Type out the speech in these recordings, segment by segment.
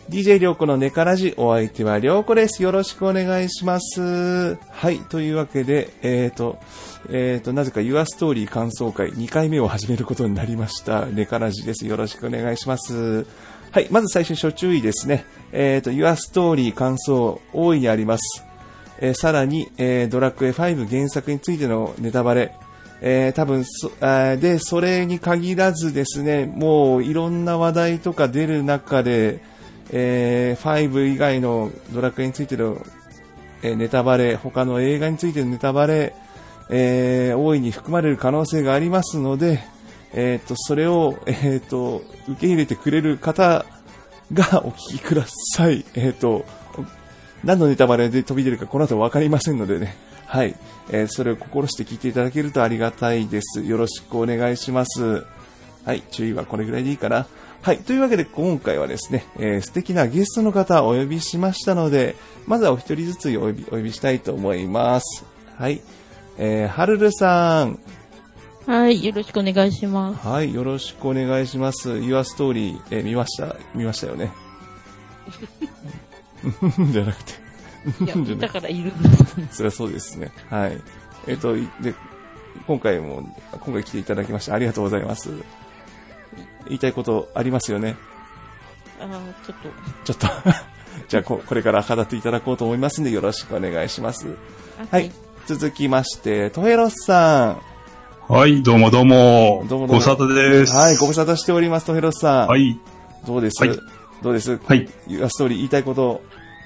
DJ りょうこのネカラジ、お相手はりょうこです。よろしくお願いします。はい、というわけで、なぜか Your Story 感想会2回目を始めることになりました。ネカラジです。よろしくお願いします。はい、まず最初に初注意ですね。Your Story 感想、大いにあります。さらに、ドラクエ5原作についてのネタバレ、多分で、それに限らずですね、もういろんな話題とか出る中で、5以外のドラクエについての、ネタバレ、他の映画についてのネタバレ、大いに含まれる可能性がありますので、それを、受け入れてくれる方がお聞きください。何のネタバレで飛び出るかこの後分かりませんのでね。はい。それを心して聞いていただけるとありがたいです。よろしくお願いします。はい。注意はこれぐらいでいいかな。はい。というわけで今回はですね、素敵なゲストの方をお呼びしましたので、まずはお一人ずつお呼びしたいと思います。はい。はるるさん。 はい。よろしくお願いします。 はい。よろしくお願いします。Your Story、見ましたよね。じゃなくて。 いや、だからいるんですね。 それはそうですね。はい。で、今回来ていただきましてありがとうございます。言いたいことありますよね。ちょっと。じゃあこれから語っていただこうと思いますのでよろしくお願いします。はい。続きまして、トヘロスさん。はい、どうも。ご無沙汰です。 はい、ご無沙汰しております、トヘロスさん。 はい。 どうです？ はい。 どうです？ はい。 Your Story 言いたいこと。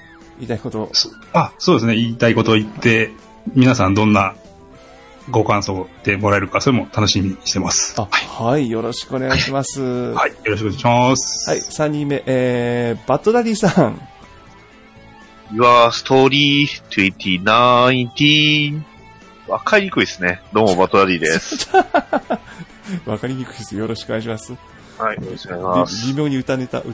そうですね。言いたいことを言って、皆さんどんなご感想でもらえるか、それも楽しみにしてます。 はい。よろしくお願いします。 はい。よろしくお願いします。 はい。3人目、バッドダディさん。 Your Story 2019。わかりにくいですね。どうも、バッドダディです。 わかりにくいです。よろしくお願いします。 はい。よろしくお願いします。 微妙に歌ネタ。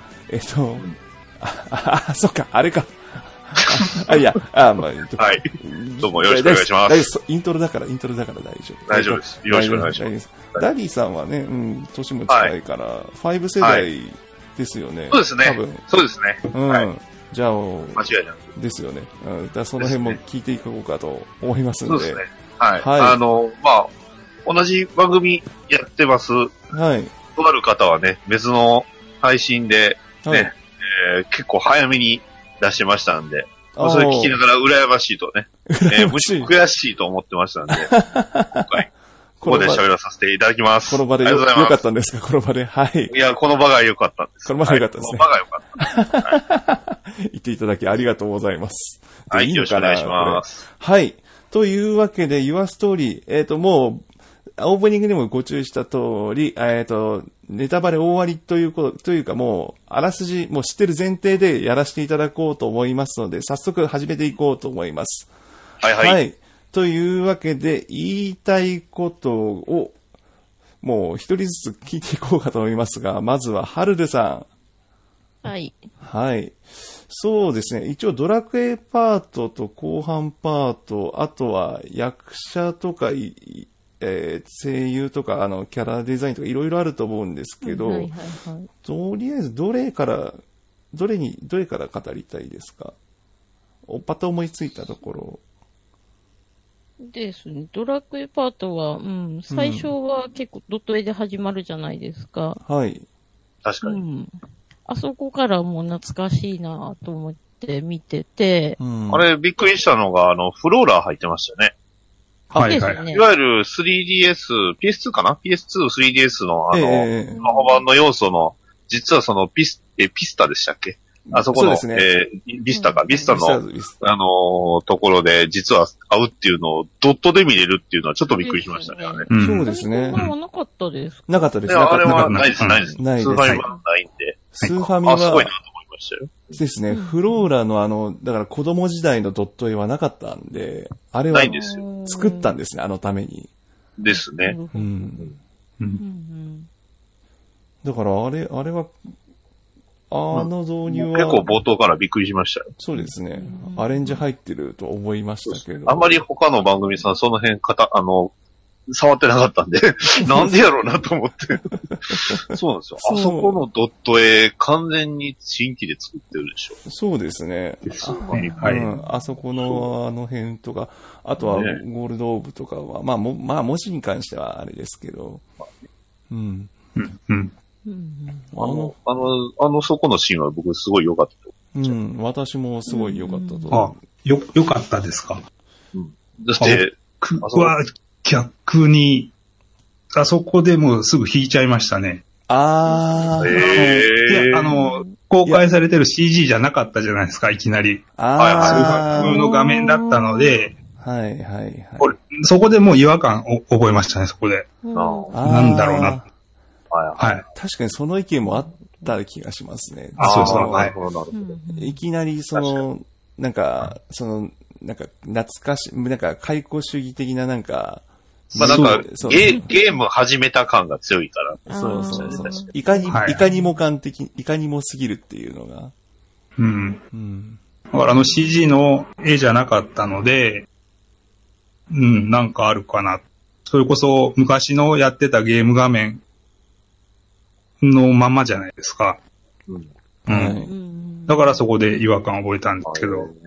そっか、あれか。いや、まあ、はい。 どうもよろしくお願いします。 イントロだから大丈夫。 大丈夫です。よろしくお願いします。 ダディさんはね、年も近いから、5世代ですよね。 そうですね。 多分。 そうですね。 じゃあ、間違いなく。 ですよね。その辺も聞いていこうかと思いますので。 そうですね。はい。まあ、同じ番組やってます。 はい。 とある方はね、別の配信で、ね、結構早めに出してましたんで、それ聞きながら羨ましいとね、むしろ悔しいと思ってましたんで、今回、ここで喋らさせていただきます。 この場でよかったんですか、この場で。はい。 いや、この場が良かったんです。 この場が良かったですね。 この場が良かった。 言っていただきありがとうございます。 はい、よろしくお願いします。 はい。というわけで、Your Story、もう、オープニングでもご注意した通り、ネタバレ大割りというかもう、あらすじ、もう知ってる前提でやらせていただこうと思いますので、早速始めていこうと思います。 はいはい。はい。 というわけで、言いたいことを、もう一人ずつ聞いていこうかと思いますが、まずは、はるるさん。はい。 はい。そうですね。一応ドラクエパートと後半パート、あとは役者とか、声優とかキャラデザインとかいろいろあると思うんですけど、とりあえずどれから語りたいですか？パッと思いついたところですね。ドラクエパートは、最初は結構ドット絵で始まるじゃないですか。 はい。 確かに。 あそこからもう懐かしいなと思って見てて、 あれびっくりしたのがフローラー入ってましたよね。 はいはい。 いわゆる 3DS、PS2 かな ?PS2、3DS のスマホ版の要素の、実はそのピスタでしたっけ？あそこの、 そうですね。 ビスタの、ところで、実は合うっていうのをドットで見れるっていうのはちょっとびっくりしましたね、あれ。 そうですね。 これはなかったですか？ なかったです。 あれはないです、ないです。スーファミはないんで。 スーファミは、 すごいなと思いましたよ。 ですね。フローラのだから子供時代のドット絵はなかったんで、あれは作ったんですね、あのために。 ですね。 だからあれは、導入は。 結構冒頭からびっくりしましたよ。 そうですね。アレンジ入ってると思いましたけど。 あんまり他の番組さん、その辺触ってなかったんで、なんでやろうなと思って。そうなんですよ。あそこのドット絵、完全に新規で作ってるでしょ。 そうですね。 はい。 あそこのあの辺とか、あとはゴールドオーブとかは、まあ文字に関してはあれですけど、うん。 そこのシーンは僕すごい良かったと。 私もすごい良かったと。 良かったですか。 だって、 僕は逆に、あそこでもうすぐ引いちゃいましたね。公開されてる CG じゃなかったじゃないですか、いきなり。普通の画面だったので、そこでもう違和感を覚えましたね、そこで。なんだろうな。 確かにその意見もあった気がしますね。 そうそう。 いきなりなんか懐かしい、なんか開口主義的ななんか、 まあなんか、ゲーム始めた感が強いから。 そう。いかにも感的、いかにもすぎるっていうのが。 だからCG の絵じゃなかったので、なんかあるかな。それこそ昔のやってたゲーム画面のままじゃないですか。だからそこで違和感を覚えたんですけど。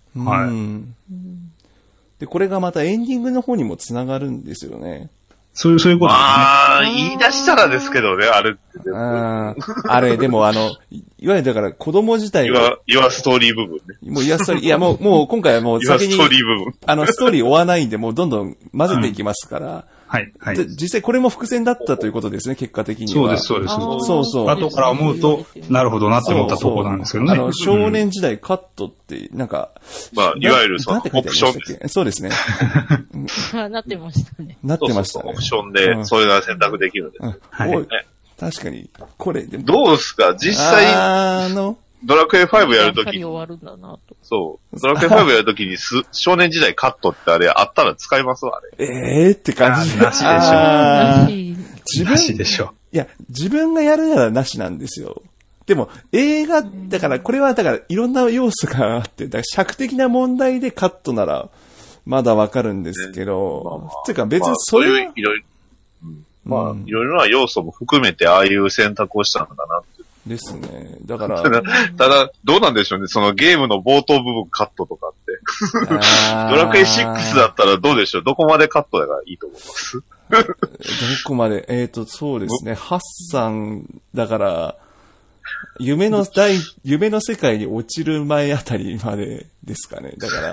で、これがまたエンディングの方にもつながるんですよね。 そういうことですね。 言い出したらですけどね、あれって。 あれ、でもいわゆるだから子供自体は。 言わストーリー部分ね。 もう言わストーリー、いやもう今回はもう先に。 言わストーリー部分。 ストーリー追わないんで、もうどんどん混ぜていきますから。実際これも伏線だったということですね、結果的には。 そうです。 そう。 後から思うと、なるほどなって思ったところなんですけどね。 少年時代カットって、なんか、 まあ、いわゆるオプションです。 そうですね。 なってましたね。 なってましたね。 オプションで、それが選択できるんです。 確かに、これ、 どうですか実際、ドラクエ5やるとき。そう。ドラクエ5やるときに少年時代カットってあれあったら使いますあれ。 って感じ。 なしでしょ。なしでしょ。 いや、自分がやるならなしなんですよ。でも、映画、だから、これはだから、いろんな要素があって、だから尺的な問題でカットなら、まだわかるんですけど、っていうか別にそれは、 いろいろな要素も含めてああいう選択をしたんだなって。 ですね。だから。 ただ、どうなんでしょうね。そのゲームの冒頭部分カットとかって。ドラクエ6だったらどうでしょう。どこまでカットがいいと思いますどこまでそうですね。ハッサン、だから、夢の世界に落ちる前あたりまでですかね。だから、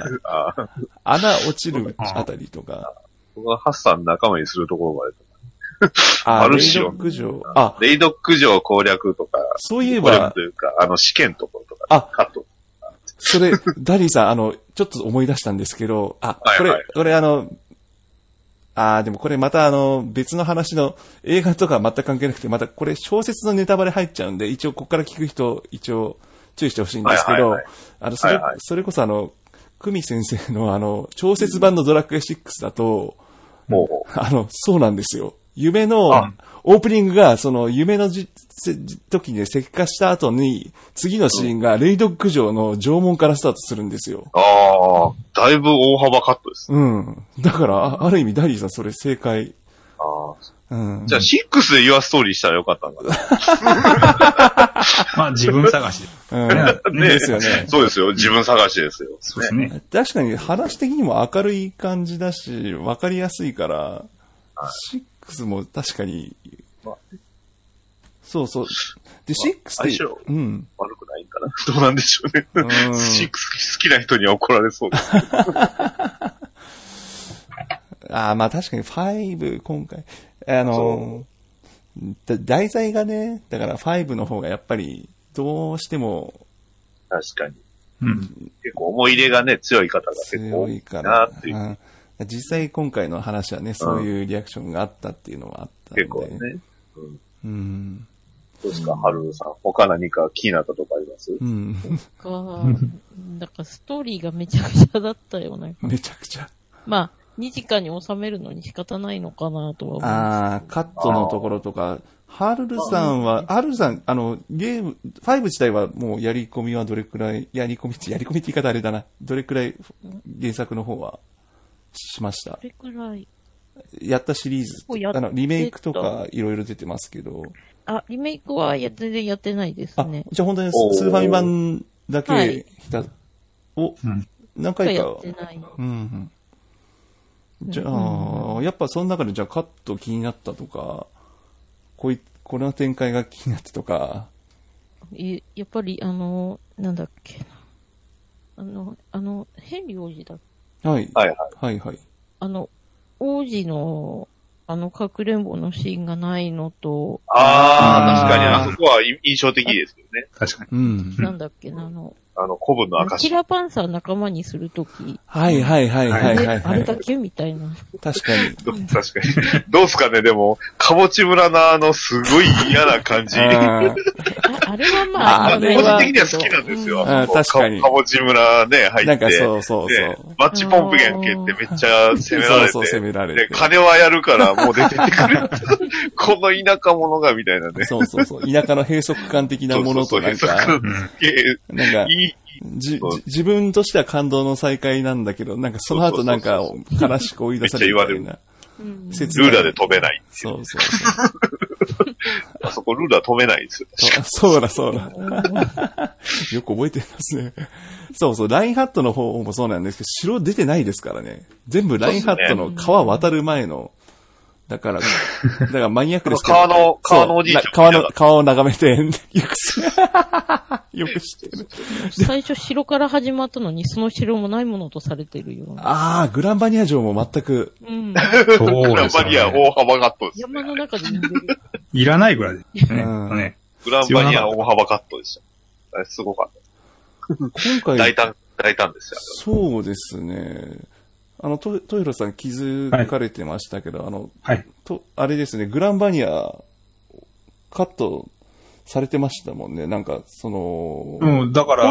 穴落ちるあたりとか。 僕はハッサン仲間にするところまで。 レイドック城。 レイドック城攻略とか。 そういえば。 というか、試験ところとか。カット。 それ、ダリーさん、ちょっと思い出したんですけど、これでもこれまた別の話の映画とか全く関係なくて、またこれ小説のネタバレ入っちゃうんで、一応ここから聞く人、一応注意してほしいんですけど、それこそ久美先生の小説版のドラクエ6だと、そうなんですよ。夢のオープニングが、夢の時に石化した後に、次のシーンがレイドック城の城門からスタートするんですよ。 だいぶ大幅カットです。 だから、ある意味ダリーさんそれ正解。 じゃあ6でユアストーリーしたらよかったんだな。 まあ自分探し。 ですよね。 そうですよ。自分探しですよ。 そうですね。 確かに話的にも明るい感じだし、わかりやすいから、6も確かに、そう。で、6って、 相性悪くないんかな。どうなんでしょうね。6好きな人には怒られそうです。 まあ確かに5、今回、題材がね、だから5の方がやっぱり、どうしても、 確かに。結構思い入れがね、強い方が結構多いかなっていう。 実際今回の話はね、そういうリアクションがあったっていうのはあったんで。 結構ね。どうですか、ハルさん。他何か気になったとこあります？ だからストーリーがめちゃくちゃだったよね。 めちゃくちゃ。 まあ、2時間に収めるのに仕方ないのかなとは思います。 カットのところとか、ハルさん、ゲーム、5自体はもうやり込みはどれくらい、やり込みって言い方あれだな。どれくらい原作の方はしました？ どれくらいやったシリーズ、リメイクとかいろいろ出てますけど。 リメイクは全然やってないですね。 じゃあ本当にスーファミ版だけ何回か。 やってない。 じゃあ、やっぱその中でじゃあカット気になったとか、この展開が気になったとか。 やっぱりなんだっけな。ヘンリー王子だっけ。 はい。はいはい。 王子の、かくれんぼのシーンがないのと。 確かに、あそこは印象的ですよね。 確かに。 なんだっけな、 古文の証。 キラパンサー仲間にするとき。 はいはいはいはいはい。 あれだけみたいな。 確かに。 確かに。どうすかね、でも、かぼち村のすごい嫌な感じ。 あれはまあ、 個人的には好きなんですよ。 確かに。 かぼち村ね、入って。 なんかそう。 マッチポンプやんけってめっちゃ攻められて。 攻められて。 で、金はやるからもう出てってくれ。この田舎者がみたいなね。 そう。田舎の閉塞感的なものとなんか、自分としては感動の再会なんだけど、なんかその後なんか悲しく追い出されるみたいな。 ルーラーで飛べない。 そう。 あそこルーラー飛べないんですよ。 そうだ。よく覚えてますね。そう、ラインハットの方もそうなんですけど、城出てないですからね。全部ラインハットの川渡る前の、だからマニアックですけど。 川のおじいちゃん。 川を眺めて、よく知ってる。 最初城から始まったのに、その城もないものとされてるような。 グランバニア城も全く。 グランバニア大幅カットです。 山の中で見てる。 いらないぐらいですね。 グランバニア大幅カットでした。すごかった。 今回。 大胆ですよ。 そうですね。トイロさん気づかれてましたけど、あれですね、グランバニア、カットされてましたもんね、なんか、 だから、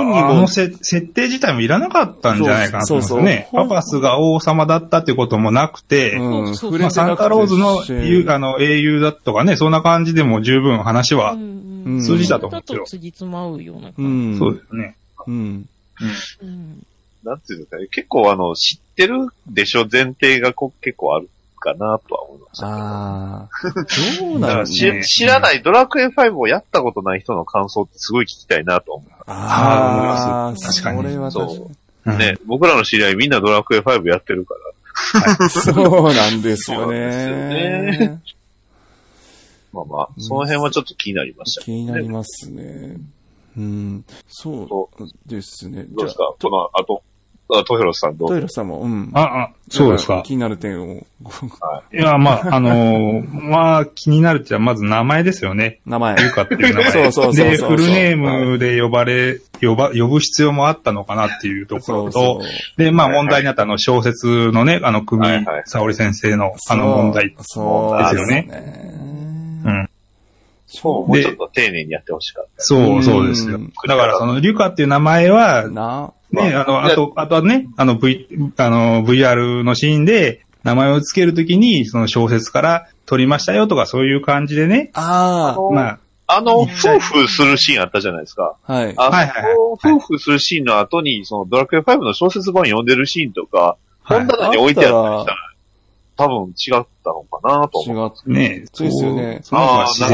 設定自体もいらなかったんじゃないかなと思うんですね。パパスが王様だったってこともなくて、サンタローズの英雄だとかね、そんな感じでも十分話は通じたと思うんですよ。 だと辻褄合うような感じ。そうですね。 なんていうんですかね。結構知ってるでしょ前提が結構あるかなとは思いましたけど。 どうなんですか知らないドラクエ5をやったことない人の感想ってすごい聞きたいなと思う。 思います。確かに。 それは確かに。ね、僕らの知り合いみんなドラクエ5やってるから。 そうなんですよね。 まあ、その辺はちょっと気になりましたね。 気になりますね。そうですね。 どうですかあと、トヘロスさんどう？ トヘロスさんも、 そうですか。 気になる点を。 いや、気になるってまず名前ですよね。 名前。 ユカっていう名前。 そう。 で、フルネームで呼ぶ必要もあったのかなっていうところと、で、問題になった小説のね、久美沙織先生の問題ですよね。 もうちょっと丁寧にやってほしかった。 そうですよ。だから、リュカっていう名前は、ね、あとはね、VR のシーンで、名前をつけるときに、その小説から取りましたよとか、そういう感じでね。夫婦するシーンあったじゃないですか。 はい。 夫婦するシーンの後に、そのドラクエ5の小説本読んでるシーンとか、本棚に置いてあったりしたら、多分違ったのかなと思う。 ねそうですよね。 そう。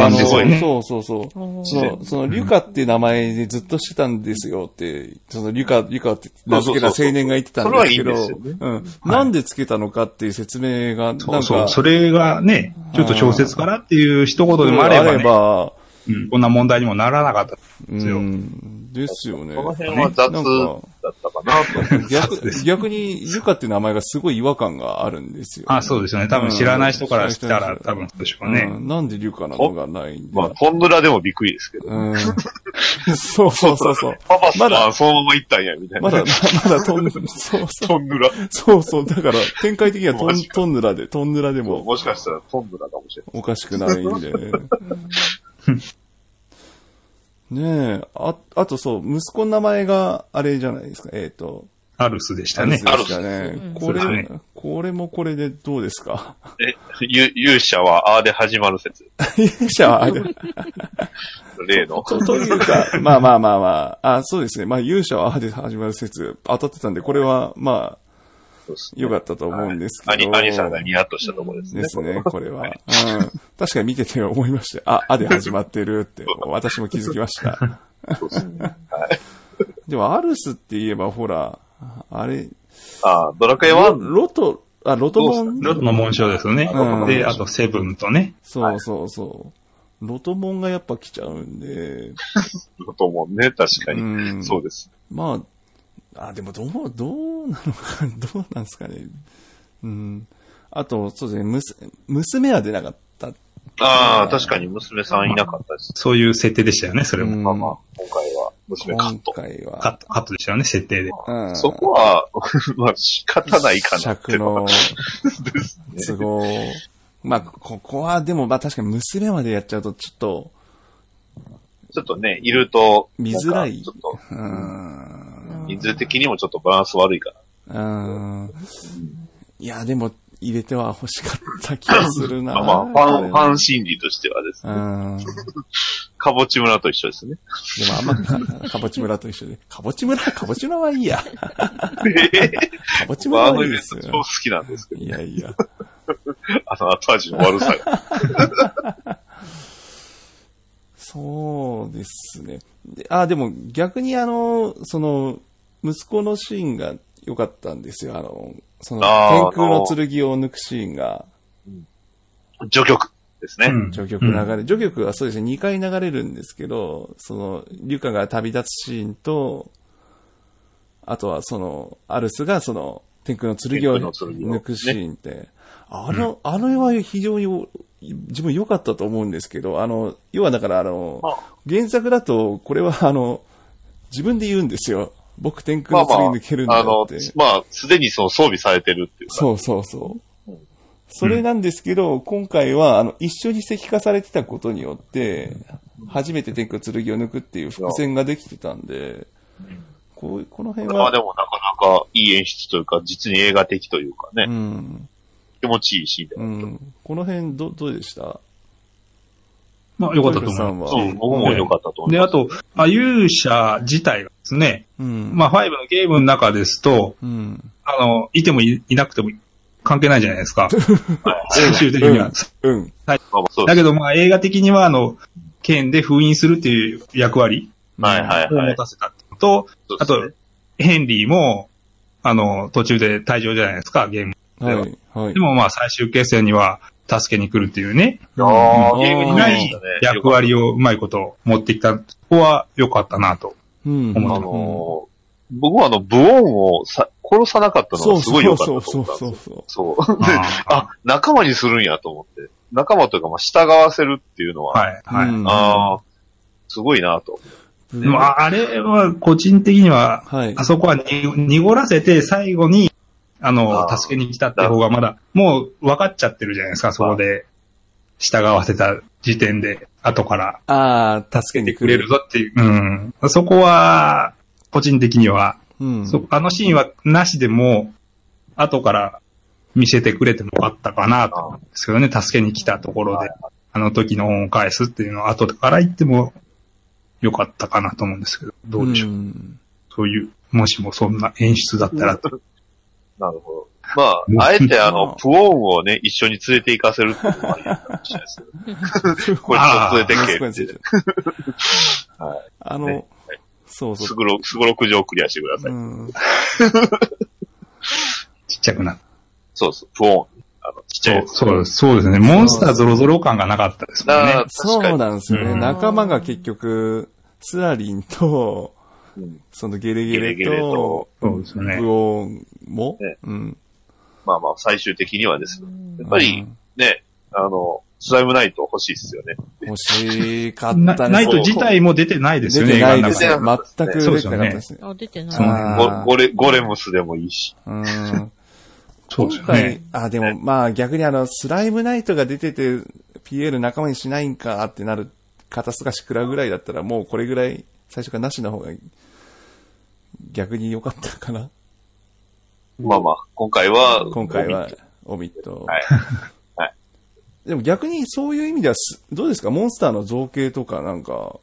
そのリュカっていう名前でずっとしてたんですよって、そのリュカって名付けた青年が言ってたんですけど、なんでつけたのかっていう説明が、なんか。 それがね、ちょっと小説からっていう一言でもあれば、こんな問題にもならなかったんですよ。 ですよね。 この辺は雑だったかなと思う。逆に、ユカっていう名前がすごい違和感があるんですよ。 そうですよね。多分知らない人からしたら多分そうでしょうね。 なんでリュカなのがないんで。 トンヌラでもびっくりですけど。 そう。 パパさんはそのまま行ったんや、みたいな。 まだトンヌラ。そう。だから、展開的にはトンヌラでも。 もしかしたらトンヌラかもしれない。 おかしくないんで。ねえ、あと息子の名前があれじゃないですか、 アルスでしたね。 アルスでしたね。これもこれでどうですか？ 勇者はあーで始まる説。 勇者はあーで。 例の。 というか、そうですね。勇者はあーで始まる説当たってたんで、これは、 良かったと思うんですけど。 アニさんがニヤッとしたところですね。 ですね、これは。うん。確かに見てて思いました。あで始まってるって、私も気づきました。そうですね。はい。でも、アルスって言えば、ほら、あれ。 ドラクエ1。 ロトモン。 ロトの紋章ですよね。で、あとセブンとね。 そうそうそう。ロトモンがやっぱ来ちゃうんで。 ロトモンね、確かに。そうです。 まあ、でもどうなのか、どうなんですかね。あと、そうですね、娘は出なかった。 確かに娘さんいなかったです。 そういう設定でしたよね、それも。 今回は、娘カット。 カットでしたよね、設定で。 そこは、まあ仕方ないかな。 尺の都合。まあ、ここはでも、まあ確かに娘までやっちゃうと、ちょっとね、いると、 見づらい。 ちょっと、人数的にもちょっとバランス悪いかな。いや、でも、入れては欲しかった気がするな。 まあ、ファン心理としてはですね。かぼち村と一緒ですね。 でもあんま、かぼち村と一緒で。かぼち村はいいや。かぼち村はいいですよ。 超好きなんですけど。 いやいや。 後味の悪さが。 そうですね。でも逆に息子のシーンが良かったんですよ。天空の剣を抜くシーンが。 序曲ですね。 序曲はそうですね、2回流れるんですけど、リュカが旅立つシーンと、あとはアルスが天空の剣を抜くシーンって、あれは非常に自分良かったと思うんですけど、要はだから原作だと、これは自分で言うんですよ。僕天空の剣抜けるんだって。 すでに装備されてるっていうか。 そう。それなんですけど、今回は、一緒に石化されてたことによって、初めて天空剣を抜くっていう伏線ができてたんで、この辺は。 でもなかなかいい演出というか、実に映画的というかね。気持ちいいシーンで。 この辺どうでした？ まあ、良かったと思います。 そう、僕も良かったと思います。 で、あと、勇者自体がですね、まあ、5のゲームの中ですと、いてもいなくても関係ないじゃないですか。最終的には。だけど、まあ、映画的には、剣で封印するっていう役割を持たせたと、あと、ヘンリーも、途中で退場じゃないですか、ゲームでは。でも、まあ、最終決戦には、助けに来るっていうね。ゲームにない役割をうまいこと持ってきた。ここは良かったなと思ってます。 僕はブオンを殺さなかったのがすごい良かったと思ったんですよ。そう。で、仲間にするんやと思って。仲間というか、まあ、従わせるっていうのは、すごいなと。 でも、あれは個人的には、あそこは濁らせて最後に、助けに来たって方がまだ、もう分かっちゃってるじゃないですか、そこで。従わせた時点で、後から。 助けてくれるぞっていう。そこは、個人的には、あのシーンはなしでも、後から見せてくれてもよかったかなと思うんですけどね、助けに来たところで、あの時の恩を返すっていうのは後から言ってもよかったかなと思うんですけど、どうでしょう。そういう、もしもそんな演出だったらと。 なるほど。まあ、あえてプオンをね、一緒に連れて行かせるっていうのもありかもしれないですけど。これちょっと連れてけって。 そう。 すごろく上クリアしてください。 ちっちゃくなった。 そうそう、プオン。ちっちゃいやつ。 そうですね。モンスターゾロゾロ感がなかったですもんね。 そうなんですよね。仲間が結局、スラリンと、ゲレゲレと、 ブオンも、 まあまあ、最終的にはですね。やっぱり、ね、スライムナイト欲しいっすよね。 欲しかったね。 ナイト自体も出てないですよね。 出てないですね。全く出てなかったですね。 出てない。 ゴレムスでもいいし。 今回、でもまあ逆にスライムナイトが出てて、PL 仲間にしないんかってなる、肩透かし食らうぐらいだったら、もうこれぐらい、最初からなしの方が、逆に良かったかな。 まあまあ、今回は、 オビット。でも逆にそういう意味では、どうですかモンスターの造形とかなんか、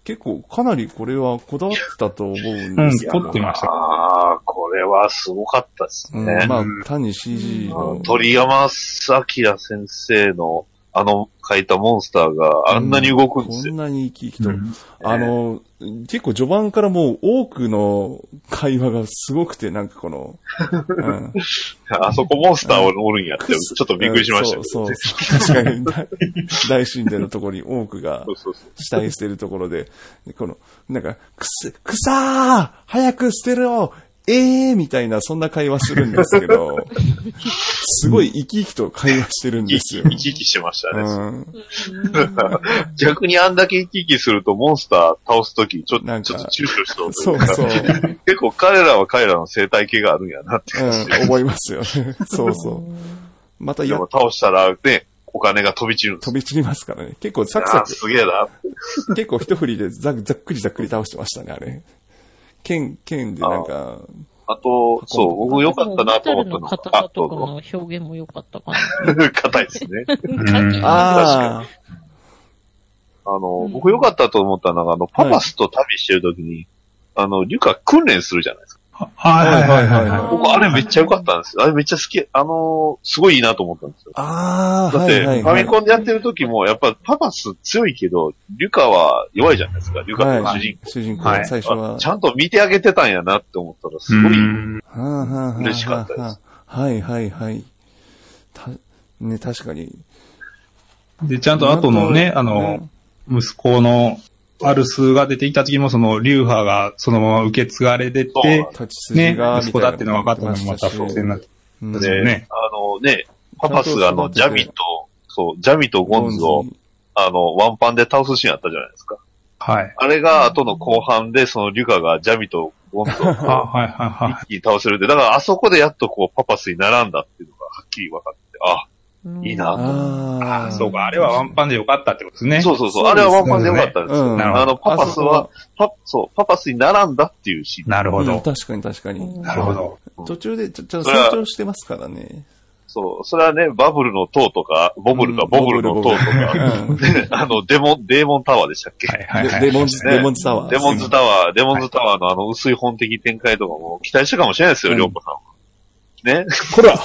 結構かなりこれはこだわってたと思うんですよ。 凝ってました。 ああ、これはすごかったですね。 まあ、単に CG の。 鳥山明先生の書いたモンスターがあんなに動くんですよ。 こんなに生き生きと。結構序盤からもう多くの会話がすごくて、なんかこの、 あそこモンスターおるんやって、ちょっとびっくりしましたけど、 そう。確かに、大神殿のところに多くが死体捨てるところで、この、なんか、草ー早く捨てろみたいな、そんな会話するんですけど、すごい生き生きと会話してるんですよ。 生き生きしてましたね。逆にあんだけ生き生きするとモンスター倒すとき、ちょっと躊躇しそうというか。そう。結構彼らは彼らの生態系があるんやなって感じ、 思いますよね。そう。またでも倒したらね、お金が飛び散るんです。 飛び散りますからね。結構サクサク。 すげえな。 結構一振りでざっくり倒してましたね、あれ。剣でなんか。 あと、そう、僕良かったなと思ったのが。 硬さとかの表現も良かったかな。硬いですね。僕良かったと思ったのが、パパスと旅してるときに、リュカ訓練するじゃないですか。 はい。 僕あれめっちゃ良かったんですよ。あれめっちゃ好き、すごいいいなと思ったんですよ。だって、ファミコンでやってる時も、やっぱパパス強いけど、リュカは弱いじゃないですか。リュカって主人公。最初は。 ちゃんと見てあげてたんやなって思ったら、すごい嬉しかったです。 はい。ね、確かに。 で、ちゃんと後のね、息子の、アルスが出てきた時もその流派がそのまま受け継がれてて、ね、息子だっていうのが分かったのもまた伏線になってですよね。パパスがジャミとゴンズを、ワンパンで倒すシーンあったじゃないですか。 はい。 あれが後の後半でそのリュカがジャミとゴンズを一気に倒せるって、だからあそこでやっとこうパパスに並んだっていうのがはっきり分かって、いいなそうか、あれはワンパンでよかったってことですね。 そう。あれはワンパンでよかったんですよ。パパスは、パパスに並んだっていうシーン。 なるほど。 確かに。 なるほど。 途中でちょっと成長してますからね。 そう。それはね、バブルの塔とか、ボブルの塔とか、デーモンタワーでしたっけ？ デモンズタワー。 デモンズタワーの薄い本的展開とかも期待したかもしれないですよ、りょうこさんは。ね。 こら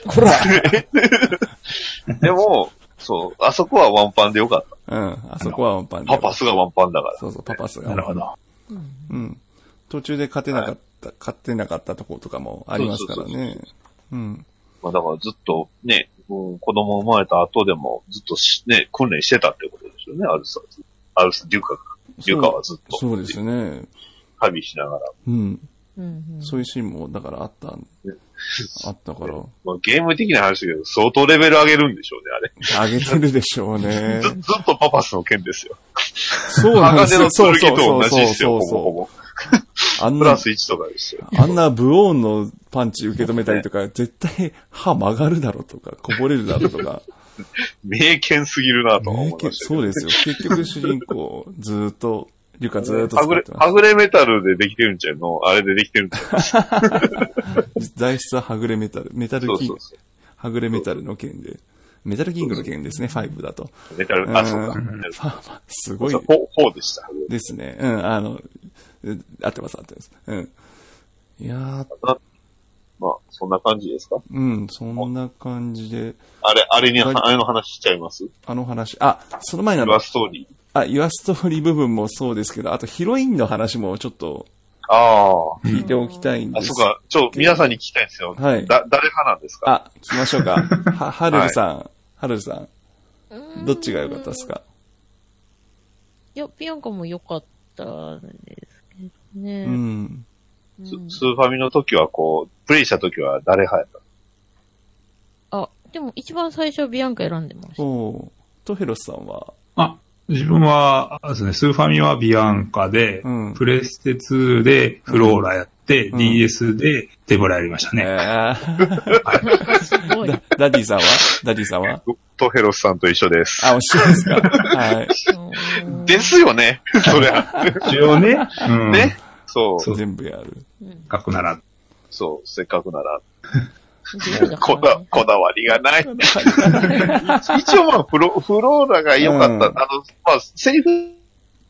でも、そう、あそこはワンパンでよかった。 あそこはワンパンで。 パパスがワンパンだから。 そう、パパスが。 なるほど。 途中で勝てなかったところとかもありますからね。 まあだからずっとね、子供生まれた後でもずっとね、訓練してたってことですよね、アルス、リュカはずっと。 そうですね。 旅しながら。 そういうシーンも、だからあったから。 まあ、ゲーム的な話だけど、相当レベル上げるんでしょうね、あれ。 上げてるでしょうね。 ずっとパパスの剣ですよ。 そうなんですよ。 鋼の剣と同じですよ、ほぼ。プラス1とかですよ。 あんなブオーンのパンチ受け止めたりとか、絶対歯曲がるだろうとか、こぼれるだろうとか。 名剣すぎるなと思いました。 そうですよ。結局主人公、ずーっと、リュカずーっと使ってます。はぐれメタルでできてるんちゃうの？あれでできてるんちゃう材質ははぐれメタル。はぐれメタルの剣で。メタルキングの剣ですね、5だと。 メタル、そうか。 すごい。 4でした。 ですね。合ってます。いやー。 まあ、そんな感じですか？ そんな感じで。 あれの話しちゃいます？ その前のユアストーリー。 ユアストーリー部分もそうですけど、あとヒロインの話もちょっと、聞いておきたいんです。 そうか。皆さんに聞きたいんですよ。はい。誰派なんですか？ 聞きましょうか。はるるさん。どっちが良かったですか？ いや、ビアンカも良かったんですけどね。 スーファミの時はプレイした時は誰派やった？ でも一番最初はビアンカ選んでました。 トヘロスさんは？ 自分はですね、スーファミはビアンカで、プレステ2でフローラやって、DS でデボラやりましたね。 すごい。 ダディさんはトヘロスさんと一緒です。 一緒ですか？はい。 ですよね。そりゃ。 一応ね。 ね。そう。 全部やる。 せっかくなら。 そう、せっかくなら。こだわりがない。一応フローラが良かった。セリフ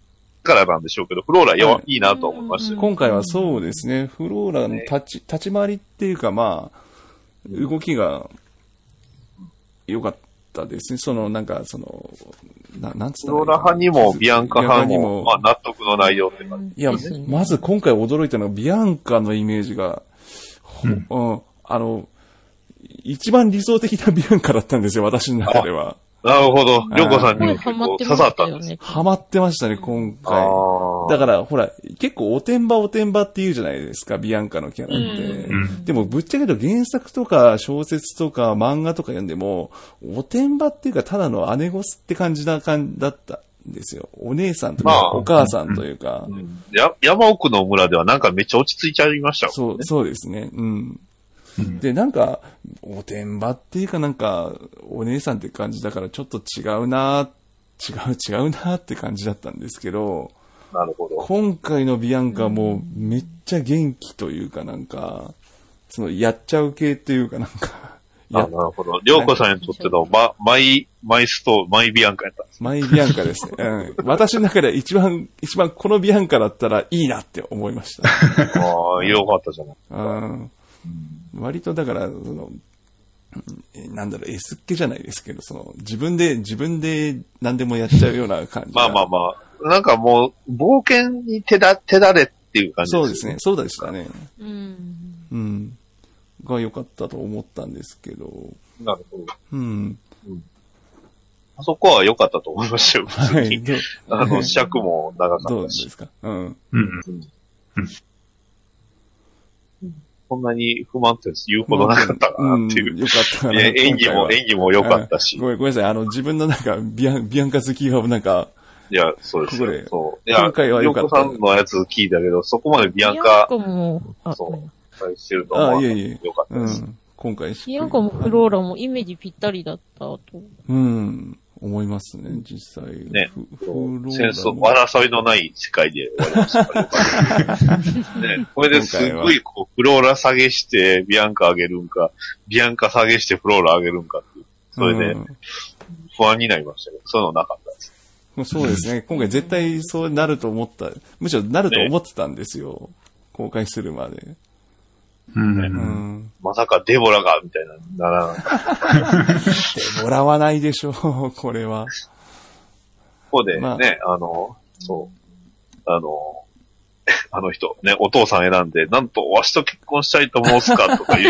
からなんでしょうけど、フローラいいなと思いました。 今回はそうですね、フローラの立ち回りっていうか、まあ、動きが良かったですね。なんつったフローラ派にもビアンカ派にも、まあ、納得の内容って感じ。 いや、まず今回驚いたのは、ビアンカのイメージが、一番理想的なビアンカだったんですよ、私の中では。 なるほど。りょうこさんに結構刺さったんです。 ハマってましたね、今回。だから、ほら、結構おてんばって言うじゃないですか、ビアンカのキャラって。でも、ぶっちゃけると原作とか小説とか漫画とか読んでも、おてんばっていうか、ただの姉御って感じだったんですよ。お姉さんとか、お母さんというか。 山奥の村ではなんかめっちゃ落ち着いちゃいましたもんね。 そうですね。うん。で、なんか、おてんばっていうかなんか、お姉さんって感じだからちょっと違うなって感じだったんですけど、 なるほど。 今回のビアンカもめっちゃ元気というかなんか、やっちゃう系っていうかなんか、 なるほど。りょうこさんにとってのマイビアンカやったんです。 マイビアンカですね。私の中で一番このビアンカだったらいいなって思いました。 ああ、よかったじゃない。 割とだから、S っ気じゃないですけど、自分で何でもやっちゃうような感じ。 まあ。なんかもう、冒険に手だれっていう感じですね。 そうですね。そうでしたね。が良かったと思ったんですけど。 なるほど。あそこは良かったと思いましたよ、普通に。尺も長かったし。 どうですか。 こんなに不満って言うほどなかったかなっていう。 よかったかな。 演技も良かったし。 ごめんなさい。自分のなんか、ビアンカ好きがなんか、 いや、そうですよ。そう。いや、 今回は良かった。 ヨコさんのやつ聞いたけど、そこまでビアンカ、してると思う。良かったです。 今回ビアンカもフローラもイメージぴったりだったと。 思いますね、実際。 ね。戦争、争いのない世界で終わりましたからね。これですごい、フローラ下げしてビアンカ上げるんか、ビアンカ下げしてフローラ上げるんかっていう。それで、不安になりましたけど、そういうのなかったです。 そうですね。今回絶対そうなると思った。むしろなると思ってたんですよ。公開するまで。 まさかデボラが、みたいな、ならなかった。 デボラはないでしょう、これは。 ここでね、あの人、ね、お父さん選んで、なんと、わしと結婚したいと思うすかとかいう、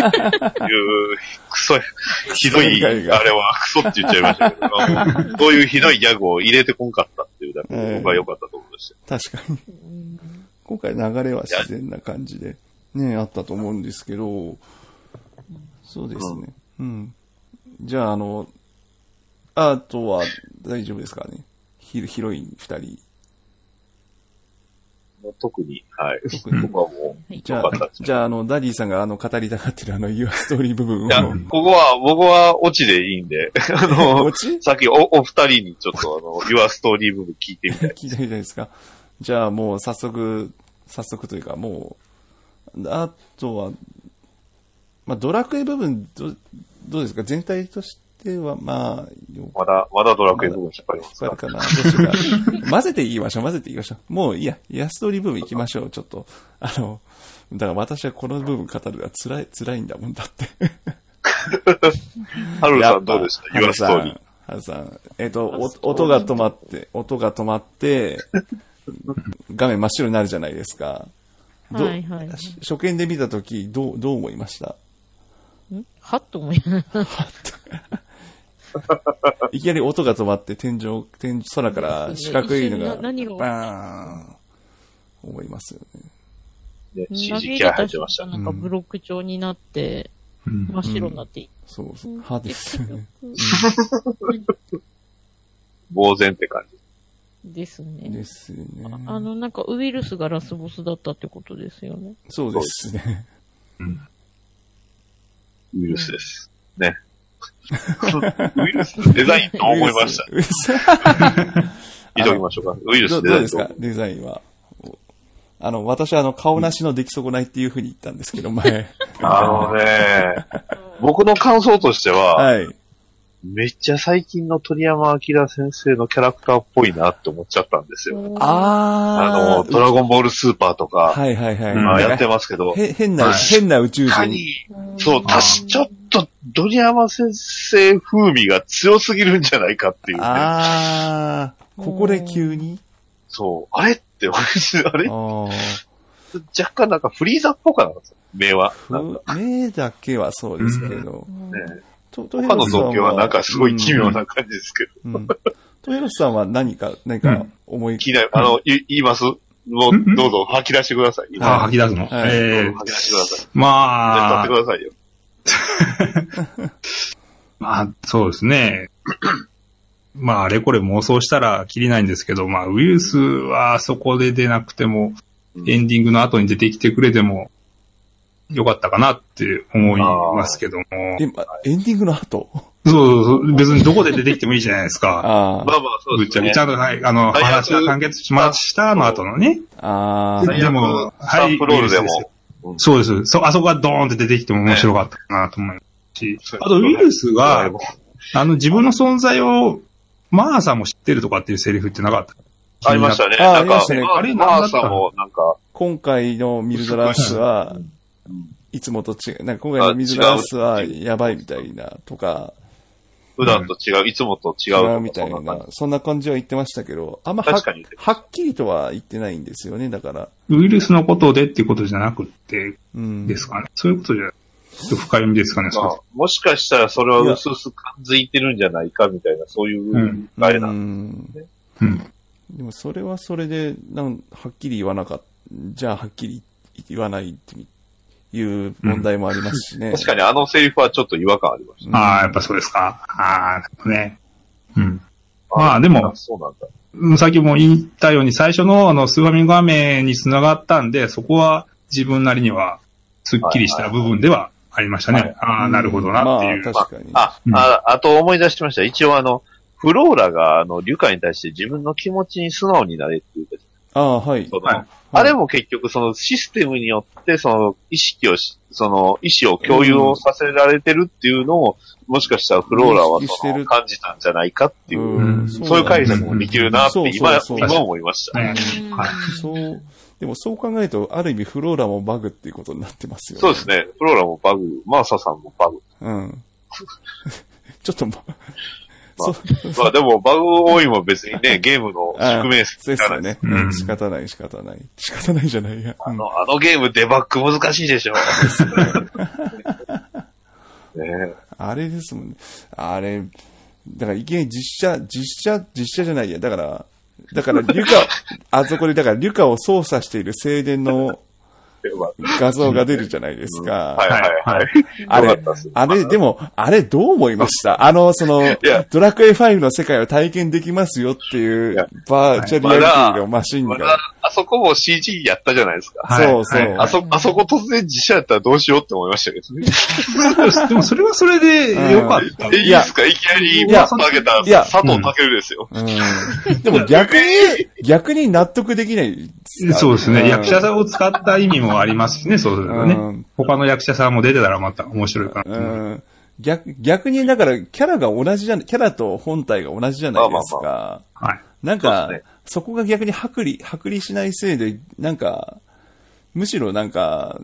ひどい、あれは、クソって言っちゃいましたけど、そういうひどいギャグを入れてこんかったっていうだけで、僕は良かったと思いました。 確かに。今回流れは自然な感じで、ね、あったと思うんですけど、そうですね。じゃあ、あとは大丈夫ですかね。ヒロイン2人。 特に、はい。僕はもう、 じゃあ、ダディさんが語りたがってるYour Story 部分を。 いや、僕はオチでいいんで、さっきお二人にちょっとYour Story 部分聞いてみたい。 聞いてみたいですか。じゃあもう早速というかもう、あとは、まあ、ドラクエ部分どうですか全体としては、まあ、まだドラクエ部分引っ張りますか。 引っ張るかなどうしようか。混ぜていきましょう。もういいや、Your Story 部分行きましょう。ちょっと、だから私はこの部分語るのが辛いんだもんだって。 ハルさんどうでした Your Story。 ハルさん。音が止まって、画面真っ白になるじゃないですか。 はいはい。 初見で見たとき、どう思いました？ はっと思いました。 いきなり音が止まって、空から四角いのが、バーン思いますよね。CG キャラ入ってました。 なんかブロック調になって、真っ白になっていい。 そう。歯ですよね。 呆然って感じ。 ですね。 なんかウイルスがラスボスだったってことですよね。 そうですね。 ウイルスです。ね。ウイルスデザインどう思いました言いときましょうか。ウイルスデザイン。 どうですかデザインは。私は顔なしの出来損ないっていうふうに言ったんですけど、前。 僕の感想としては、 はい。 めっちゃ最近の鳥山明先生のキャラクターっぽいなって思っちゃったんですよ。ドラゴンボールスーパーとか、 はいはいはい。 まあやってますけど。 変な宇宙人。 そう、ちょっと鳥山先生風味が強すぎるんじゃないかっていう、ね。 ここで急にそう、あれってあれ若干なんかフリーザっぽかったんですよ、目は。 目だけはそうですけど。 他の造形はなんかすごい奇妙な感じですけど。 トヘロスさんは何か思い言いますもう、どうぞ吐き出してください。 吐き出すの吐き出してください。 まあ。 立ってくださいよ。 まあ、そうですね。まあ、あれこれ妄想したらきりないんですけど、まあ、ウイルスはそこで出なくても、エンディングの後に出てきてくれても、よかったかなって思いますけども。 エンディングの後そう、別にどこで出てきてもいいじゃないですか。 まあまあそうですね。 ぶっちゃけちゃんと、話が完結しましたの後のね。でも、 はい。フロールでも。 そうです。あそこがドーンって出てきても面白かったかなと思いますし。あと、ウイルスが、自分の存在を、マーサも知ってるとかっていうセリフってなかったありましたね。 ありましたね。 あれ、マーサもなんか。 今回のミルドラースは、いつもと違う、なんか今回のミルドラースはやばいみたいなとか。 普段と違う、いつもと違うみたいな、そんな感じは言ってましたけど、あんまはっきりとは言ってないんですよね、だから。 ウイルスのことでっていうことじゃなくて、ですかね。そういうことじゃない。深読みですかね、 もしかしたらそれはうすうす感づいてるんじゃないかみたいな、そういうあれなんですね。 でもそれはそれで、はっきり言わなかった。じゃあはっきり言わないっていう問題もありますしね。 確かにあのセリフはちょっと違和感ありました。 やっぱそうですか。ね。まあでも、 そうなんだ。 さっきも言ったように最初のスーファミ画面に繋がったんで、そこは自分なりにはスッキリした部分ではありましたね。なるほどなっていう。 確かに。 あと思い出しました。一応フローラがリュカに対して自分の気持ちに素直になれっていうか。 はい。 あれも結局そのシステムによってその意思を共有をさせられてるっていうのを、もしかしたらフローラは感じたんじゃないかっていう、そういう解釈もできるなって今思いましたね。 でもそう考えると、ある意味フローラもバグっていうことになってますよね。 そうですね。フローラもバグ、マーサさんもバグ。 ちょっとまあでも、バグ多いも別にね、ゲームの宿命ですよね。仕方ない。仕方ないじゃないや。 あのゲームデバッグ難しいでしょ。 あれですもんね。あれ、だからいきなり実写じゃないや。だからそこでだからリュカを操作している青年の画像が出るじゃないですか。あれ、でも、あれどう思いました？ドラクエ5の世界を体験できますよっていう、バーチャリアリティのマシンが。 あそこも CG やったじゃないですか。 そうそう。 あそこ突然実写やったらどうしようって思いましたけどね。 でもそれはそれでよかった。 いいですか？いきなりパス上げた佐藤健ですよ。 でも逆に納得できない。 そうですね。役者さんを使った意味もありますしね、そうするとね。他の役者さんも出てたらまた面白いかな。 逆にだからキャラと本体が同じじゃないですか。なんか、そこが逆に剥離しないせいで、なんか、むしろなんか、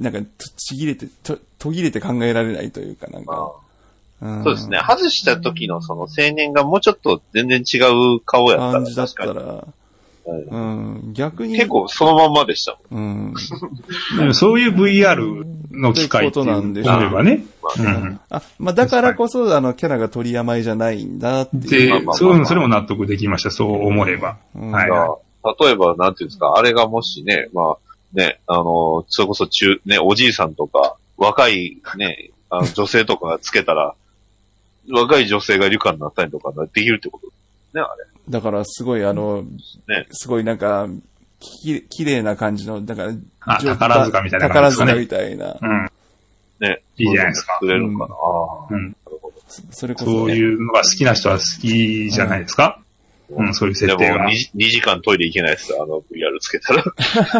途切れて考えられないというか、なんか。 そうですね。外した時のその青年がもうちょっと全然違う顔やったら。 感じだったら。逆に。 結構そのまんまでした。 でもそういう VR の機会っていうのであればね。 だからこそ、キャラが鳥山じゃないんだっていう。 それも納得できました。そう思えば。 例えば、なんていうんですか、あれがもしね、それこそおじいさんとか、若いね、女性とかがつけたら、若い女性がリュカになったりとかできるってことですね、あれ。 だからすごいすごいなんか、綺麗な感じの、だから、 宝塚みたいな感じですね。宝塚みたいな。 ね。 いいじゃないですか。 作れるのかな。 それこそ。 そういうのが好きな人は好きじゃないですか。 うん、そういう設定が。 でも2時間トイレ行けないです、VR つけたら。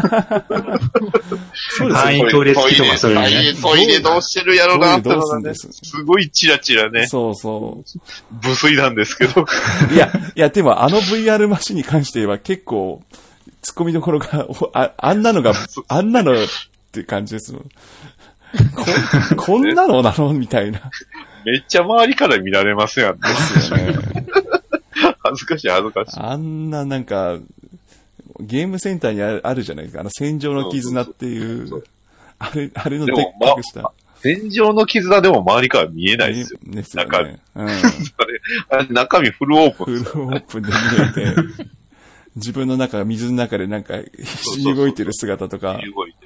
そうですね。トイレ付きとかそういうね。 トイレどうしてるやろなってのがね、すごいチラチラね。 そうそう。 無粋なんですけど。 いや、でもVR マシンに関して言えば結構、突っ込みどころが、あんなのって感じですもん。こんなのなのみたいな。 めっちゃ周りから見られますやん。ですよね。恥ずかしい。 あんななんか、ゲームセンターにあるじゃないですか。戦場の絆っていう、あれのでっかくした。 戦場の絆でも周りから見えないですよ。 ですよね。 中身フルオープン。 フルオープンで見えて、自分の水の中で必死に動いてる姿とか。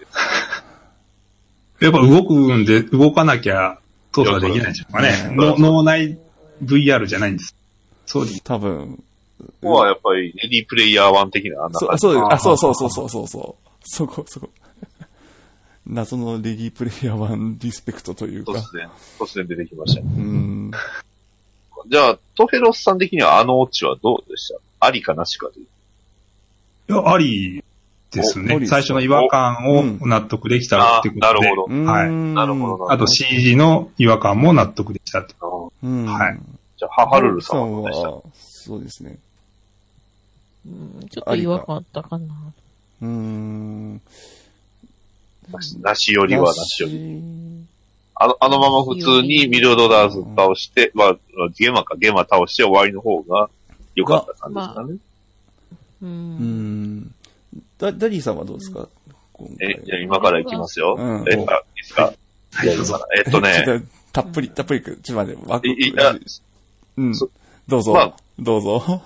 やっぱ動くんで、動かなきゃ操作できないんでしょうかね。脳内 VR じゃないんです。そうです。 多分。 ここはやっぱりレディープレイヤー1的なそう。そこ。謎のレディープレイヤー1リスペクトというか。 突然出てきましたね。じゃあ、トフェロスさん的にはオチはどうでした？ありかなしかという。 いや、ありですね。最初の違和感を納得できたってことで。 なるほど。 はい。 なるほど。 あと CG の違和感も納得できたって。 はい。 じゃあ、ハルルさんはどうでした？ そうですね。 ちょっと違和感あったかな。 なしよりはなしより。あのまま普通にミルドラーズ倒して、ゲマ倒して終わりの方が良かった感じですかね。 ダディさんはどうですか？ じゃあ今から行きますよ。いいですか？ たっぷり、ちょっと待って、どうぞ。どうぞ。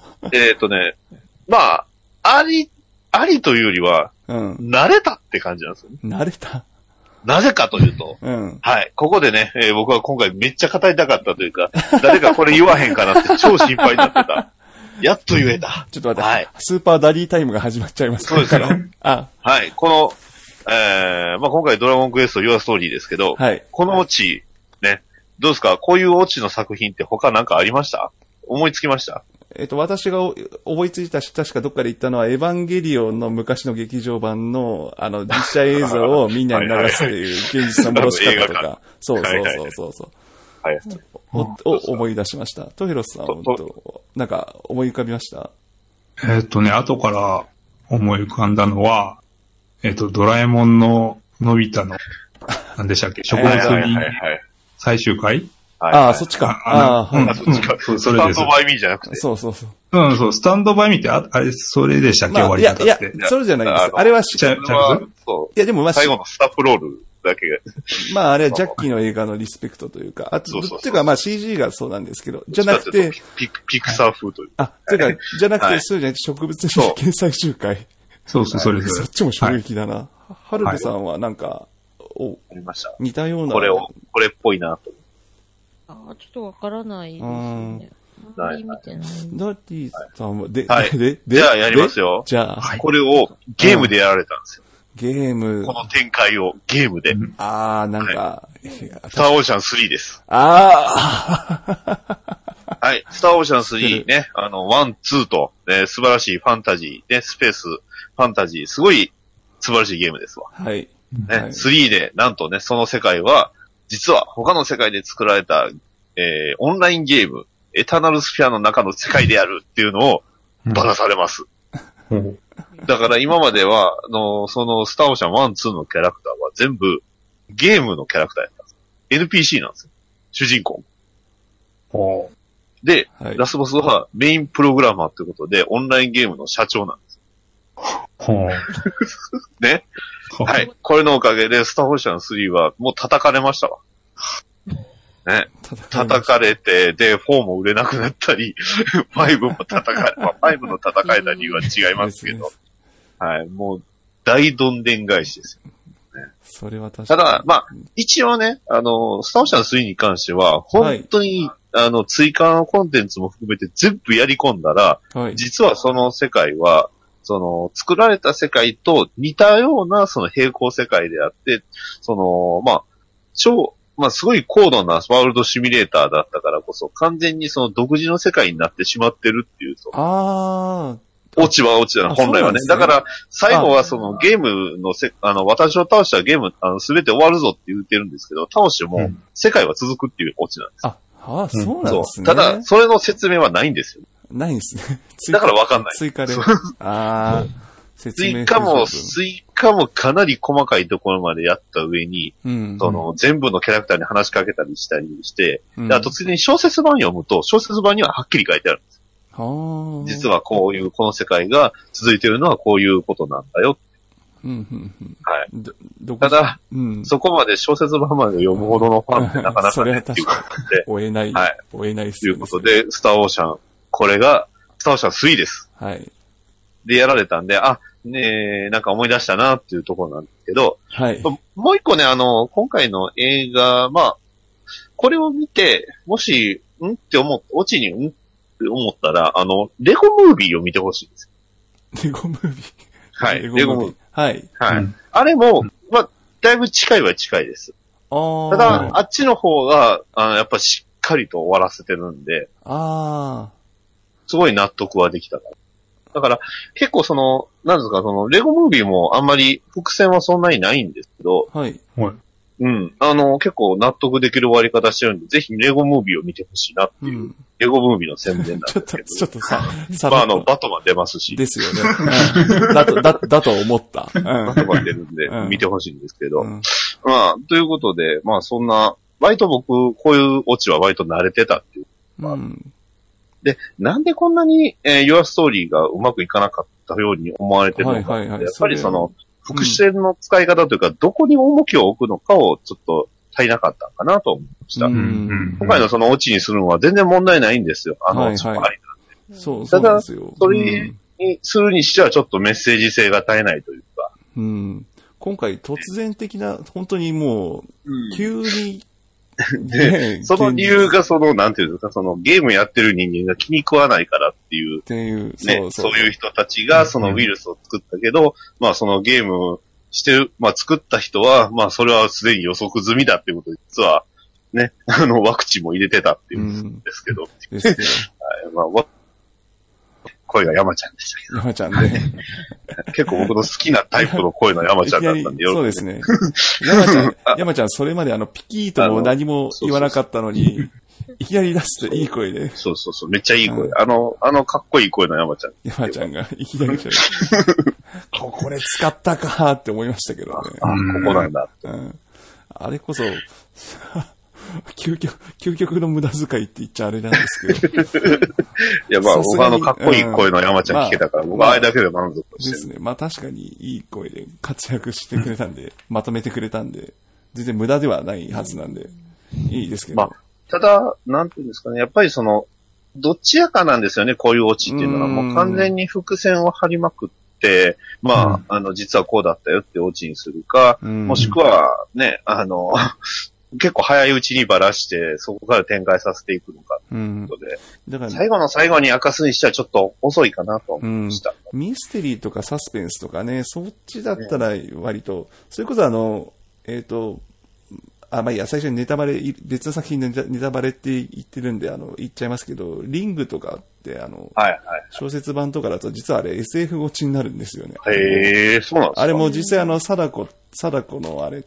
ありというよりは、慣れたって感じなんですよね。 慣れた？ なぜかというと、はい、ここでね、僕は今回めっちゃ語りたかったというか、誰かこれ言わへんかなって超心配になってた。やっと言えた。 ちょっと待って、はい、スーパーダディタイムが始まっちゃいますから。そうですよ。はい、この、今回ドラゴンクエスト Your Story ですけど、はい、このオチ、ね、どうですか？こういうオチの作品って他なんかありました？思いつきました？ 私が思いついたし、確かどっかで言ったのは、エヴァンゲリオンの昔の劇場版の、実写映像をみんなに流すっていう現実の戻し方とか、そう。を思い出しました。トヘロスさんは、なんか思い浮かびました？ 後から思い浮かんだのは、ドラえもんののび太の、何でしたっけ、植物に最終回？ そっちか。 そっちか。スタンドバイミーじゃなくて。 そう。 スタンドバイミーって、あれ、それでしたっけ、終わり方って。 いや、それじゃないです。あれはでも最後のスタッフロールだけが。あれはジャッキーの映画のリスペクトというか、っていうかCG がそうなんですけど、じゃなくて、 ピクサー風という。 ていうか、じゃなくて、そうじゃなくて植物に掲載集会。 そう、それ。 そっちも衝撃だな。ハルルさんはなんか、 ありました。 似たような。 これっぽいなと。 ちょっとわからないですね。あんまり見てない。 ダディさんは、 じゃあやりますよ。 じゃあ。 これをゲームでやられたんですよ。 ゲーム。 この展開をゲームで。 なんか。 スターオーシャン3です。はい。スターオーシャン3ね、1、2と、素晴らしいファンタジー、ね、スペース、ファンタジー、すごい素晴らしいゲームですわ。 はい。 3で、なんとね、その世界は、実は他の世界で作られた、オンラインゲーム、エターナルスフィアの中の世界であるっていうのをバカされます。だから今までは、そのスターオーシャン1、2のキャラクターは全部ゲームのキャラクターやったんです。NPC なんですよ。主人公。で、ラスボスはメインプログラマーってことで、オンラインゲームの社長なんです。ね。はい。これのおかげで、スターオーシャン3はもう叩かれましたわ。ね。叩かれて、で、4も売れなくなったり、5も叩かれ、5の戦えた理由は違いますけど、はい。もう、大どんでん返しですよ。ね、 それは確かに。 ただ、一応ね、スターオーシャン3に関しては、本当に、追加のコンテンツも含めて全部やり込んだら、実はその世界は、作られた世界と似たような、平行世界であって、 まあすごい高度なワールドシミュレーターだったからこそ、完全にその独自の世界になってしまってるっていうと。落ちは落ちだな、本来はね。だから、最後はそのゲームの私を倒したらゲーム、すべて終わるぞって言ってるんですけど、倒しても、世界は続くっていう落ちなんです。 そうなんですね。 ただ、それの説明はないんですよ。 ないんですね。 だからわかんない。 追加で。 追加もかなり細かいところまでやった上に、全部のキャラクターに話しかけたりしたりして、あとついでに小説版読むと、小説版にははっきり書いてあるんです。実はこの世界が続いているのはこういうことなんだよ。はい。ただ、そこまで小説版まで読むほどのファンってなかなかねっていうことで。 追えない。 はい。 追えないっすよね。ということで、スターオーシャン、これが、スターオーシャン3です。 はい。 で、やられたんで、なんか思い出したなっていうところなんですけど、 はい。 もう一個ね、今回の映画、これを見て、もし、オチに、って思ったら、レゴムービーを見てほしいんですよ。レゴムービーはい。レゴムービー。 はい。 はい。あれも、だいぶ近いは近いです。ただ、あっちの方が、やっぱしっかりと終わらせてるんで、すごい納得はできたから。だから、結構なんですか、レゴムービーもあんまり伏線はそんなにないんですけど、 はい。 結構納得できる終わり方してるんで、ぜひレゴムービーを見てほしいなっていう、レゴムービーの宣伝なんですけど。 ちょっとさ、 バトマン出ますし。 ですよね。だと思った。 バトマン出るんで、見てほしいんですけど。ということで、そんな、割と僕、こういうオチは割と慣れてたっていう。で、なんでこんなに、Your Story がうまくいかなかったように思われてるのか。やっぱり伏線の使い方というか、どこに重きを置くのかをちょっと足りなかったのかなと思いました。今回のそのオチにするのは全然問題ないんですよ。ありなんで。 そうただ、それにするにしてはちょっとメッセージ性が絶えないというか。 今回突然的な、本当にもう、急に、 で、その理由がなんていうんですか、ゲームやってる人間が気に食わないからっていう、そういう人たちがそのウイルスを作ったけど、そのゲームしてる、作った人は、それはすでに予測済みだっていうことで、実は、ね、ワクチンも入れてたっていうんですけど。声が山ちゃんでしたけど。 山ちゃんね。 結構僕の好きなタイプの声の山ちゃんだったんで、 そうですね。山ちゃん、それまでピキーとも何も言わなかったのに、いきなり出すといい声で。 そう、めっちゃいい声。かっこいい声の山ちゃん。 山ちゃんがいきなりこれ使ったかって思いましたけどね。 ここなんだ。 あれこそ、究極の無駄遣いって言っちゃあれなんですけど。 いや、僕かっこいい声の山ちゃん聞けたから、僕はあれだけで満足してる。 ですね。確かにいい声で活躍してくれたんで、まとめてくれたんで、全然無駄ではないはずなんで、いいですけど。 ただ、なんていうんですかね、やっぱりどっちやかなんですよね、こういうオチっていうのは。もう完全に伏線を張りまくって、実はこうだったよってオチにするか、もしくは、ね、結構早いうちにばらして、そこから展開させていくのかということで、だから最後の最後に明かすにしてはちょっと遅いかなと思いました。 ミステリーとかサスペンスとかね、そっちだったら割と、それこそいや、最初にネタバレ、別の作品のネタバレって言ってるんで、言っちゃいますけど、リングとかって、小説版とかだと実はあれ SF ゴチになるんですよね。 へー、そうなんですか。 あれも実際貞子のあれって、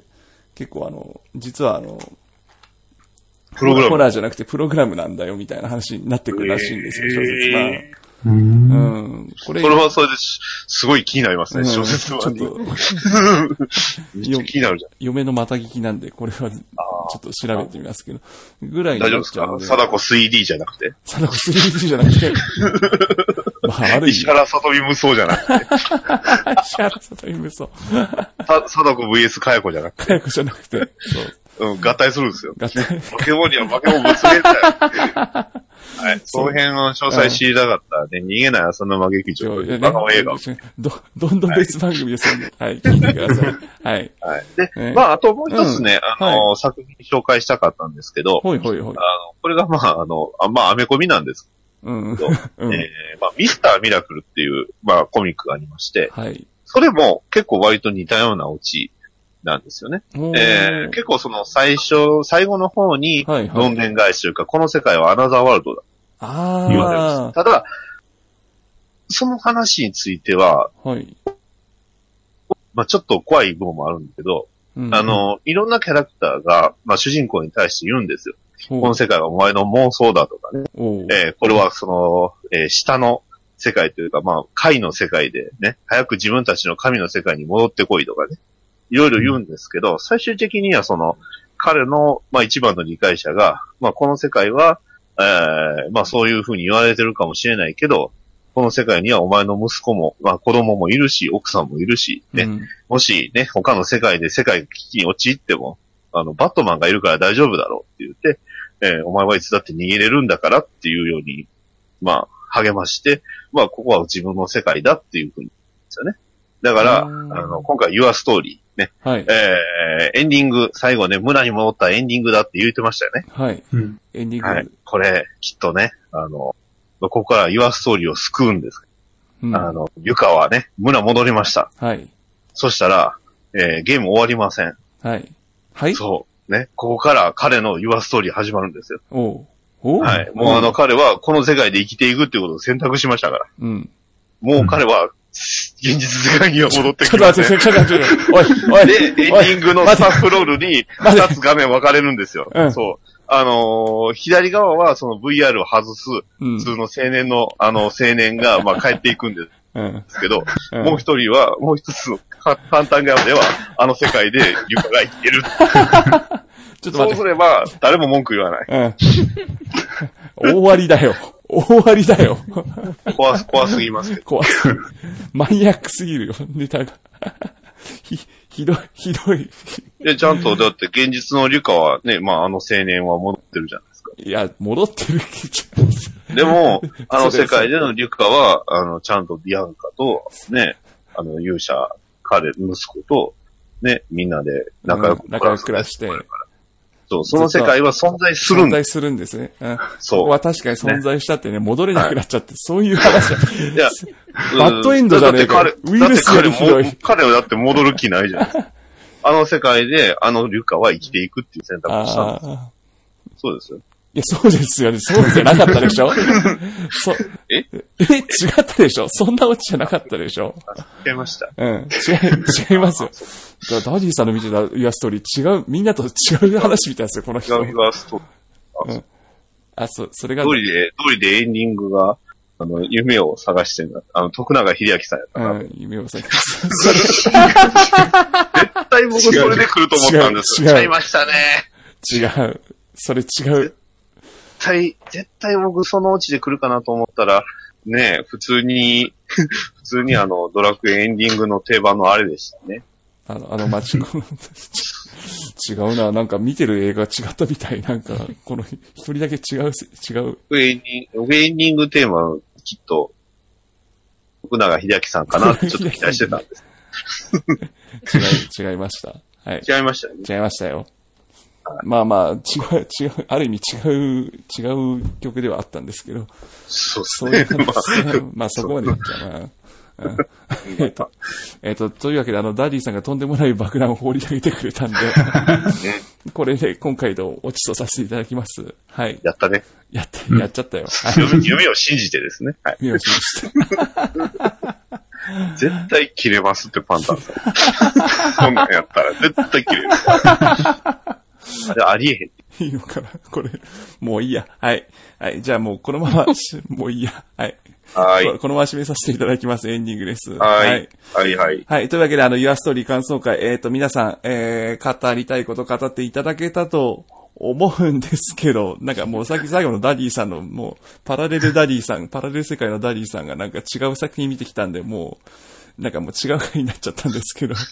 結構実はプログラム。 ホラーじゃなくてプログラムなんだよみたいな話になってくるらしいんですよ、小説版。 それはそれですごい気になりますね、小説版に。ちょっとめっちゃ気になるじゃん。 嫁のまた聞きなんで、これはちょっと調べてみますけど、ぐらいになっちゃうので。大丈夫ですか？貞子 3D じゃなくて。 貞子 3D じゃなくて。 石原さとみ無双じゃなくて。 石原さとみ無双。 貞子 VS かや子じゃなくて。 かや子じゃなくて。 そう。合体するんですよ。 合体。 ポケモンにはポケモンぶつけたよ。はい。その辺の詳細知りたかったらね、逃げない浅沼劇場。バカ映画。 どんどん別番組ですよね。はい。聞いてください。はい。 はい。で、あともう一つね、作品紹介したかったんですけど、 これがアメコミなんですけど、ミスターミラクルっていう、コミックがありまして、 はい。 それも結構割と似たようなオチなんですよね。結構その最後の方に、どんでん返しというか、この世界はアナザーワールドだ。言われます。ただ、その話については、まあちょっと怖い部分もあるんだけど、いろんなキャラクターが、まあ主人公に対して言うんですよ。この世界はお前の妄想だとかね。これはその、下の世界というか、まあ、怪の世界でね、早く自分たちの神の世界に戻ってこいとかね。いろいろ言うんですけど、最終的にはその、彼の、まあ一番の理解者が、まあこの世界は、まあそういうふうに言われてるかもしれないけど、この世界にはお前の息子も、まあ子供もいるし、奥さんもいるし、ね。もしね、他の世界で世界危機に陥っても、バットマンがいるから大丈夫だろうって言って、お前はいつだって逃げれるんだからっていうように、まあ、励まして、まあ、ここは自分の世界だっていうふうに言うんですよね。だから、今回、Your Story、ね。エンディング、最後ね、村に戻ったエンディングだって言ってましたよね。 エンディング。 はい。これ、きっとね、ここから Your Story を救うんです。ユカはね、村戻りました。そしたら、ゲーム終わりません。そう。ね。ここから彼の Your Story 始まるんですよ。はい。もう彼はこの世界で生きていくっていうことを選択しましたから。もう彼は、現実世界には戻ってくる、ね。ちょっと待って、おい。で、エンディングのスタッフロールに2つ画面分かれるんですよ。そう。左側はその VR を外す、普通の青年の、青年が、まあ、帰っていくんですけど、もう一つの簡単側では、世界でユカが生きてる。ちょっと待って。そうすれば、誰も文句言わない。 大終わりだよ。 怖すぎますけど。 怖すぎる。マニアックすぎるよ、ネタが。ひどい。 で、ちゃんと、だって現実のリカはね、まあ青年は戻ってるじゃないですか。 いや、戻ってるけど。でも、世界でのリカは、ちゃんとビアンカと、ね、勇者、息子と、ね、みんなで仲良く暮らして。 そう、その世界は存在するんだ。存在するんですね。 そう。 ここは確かに存在したってね、戻れなくなっちゃって、そういう話いや、バッドエンドじゃねえか。ウイルスよりひどい。 彼はだって戻る気ないじゃん。世界で、リュカは生きていくっていう選択をしたんですよ。そうですよ。 いや、そうですよね。そうじゃなかったでしょ違ったでしょそんなオチじゃなかったでしょ違いました。 違いますよ。ダディさんの見てたユアストーリー違う、みんなと違う話みたいですよ、この人。 ユアストーリー。それが。 通りでエンディングが、夢を探してる徳永英明さんやったから。 夢を探してる。絶対僕それで来ると思ったんですよ。違いましたね。 違う。それ違う。 絶対僕そのうちで来るかなと思ったら、ね、普通にドラクエエンディングの定番のあれでしたね。 違うな、なんか見てる映画違ったみたい、なんか、この一人だけ違う。 エンディングテーマ、きっと、徳永英明さんかなってちょっと期待してたんです。 違いました。はい。 違いましたよね。 違いましたよ。まあ、違う、ある意味違う曲ではあったんですけど。 そうですね。 まあ、そこまで言っちゃというわけで、ダディさんがとんでもない爆弾を放り上げてくれたんで、これで今回のオチとさせていただきます。はい。 やったね。 やっちゃったよ。 夢を信じてですね。はい。 夢を信じて。 絶対切れますってパンダさん。そんなんやったら絶対切れる。ありえへん。いいのかなこれ。もういいや。はい。はい。じゃあもうこのまま、もういいや。はい。 はい。 このまま締めさせていただきます。エンディングです。 はい。はい。はい。 はい。というわけで、Your Story 感想会、皆さん、語りたいこと語っていただけたと思うんですけど、なんかもう最後のダディさんの、もう、パラレル世界のダディさんがなんか違う作品見てきたんで、もう、なんかもう違う回になっちゃったんですけど。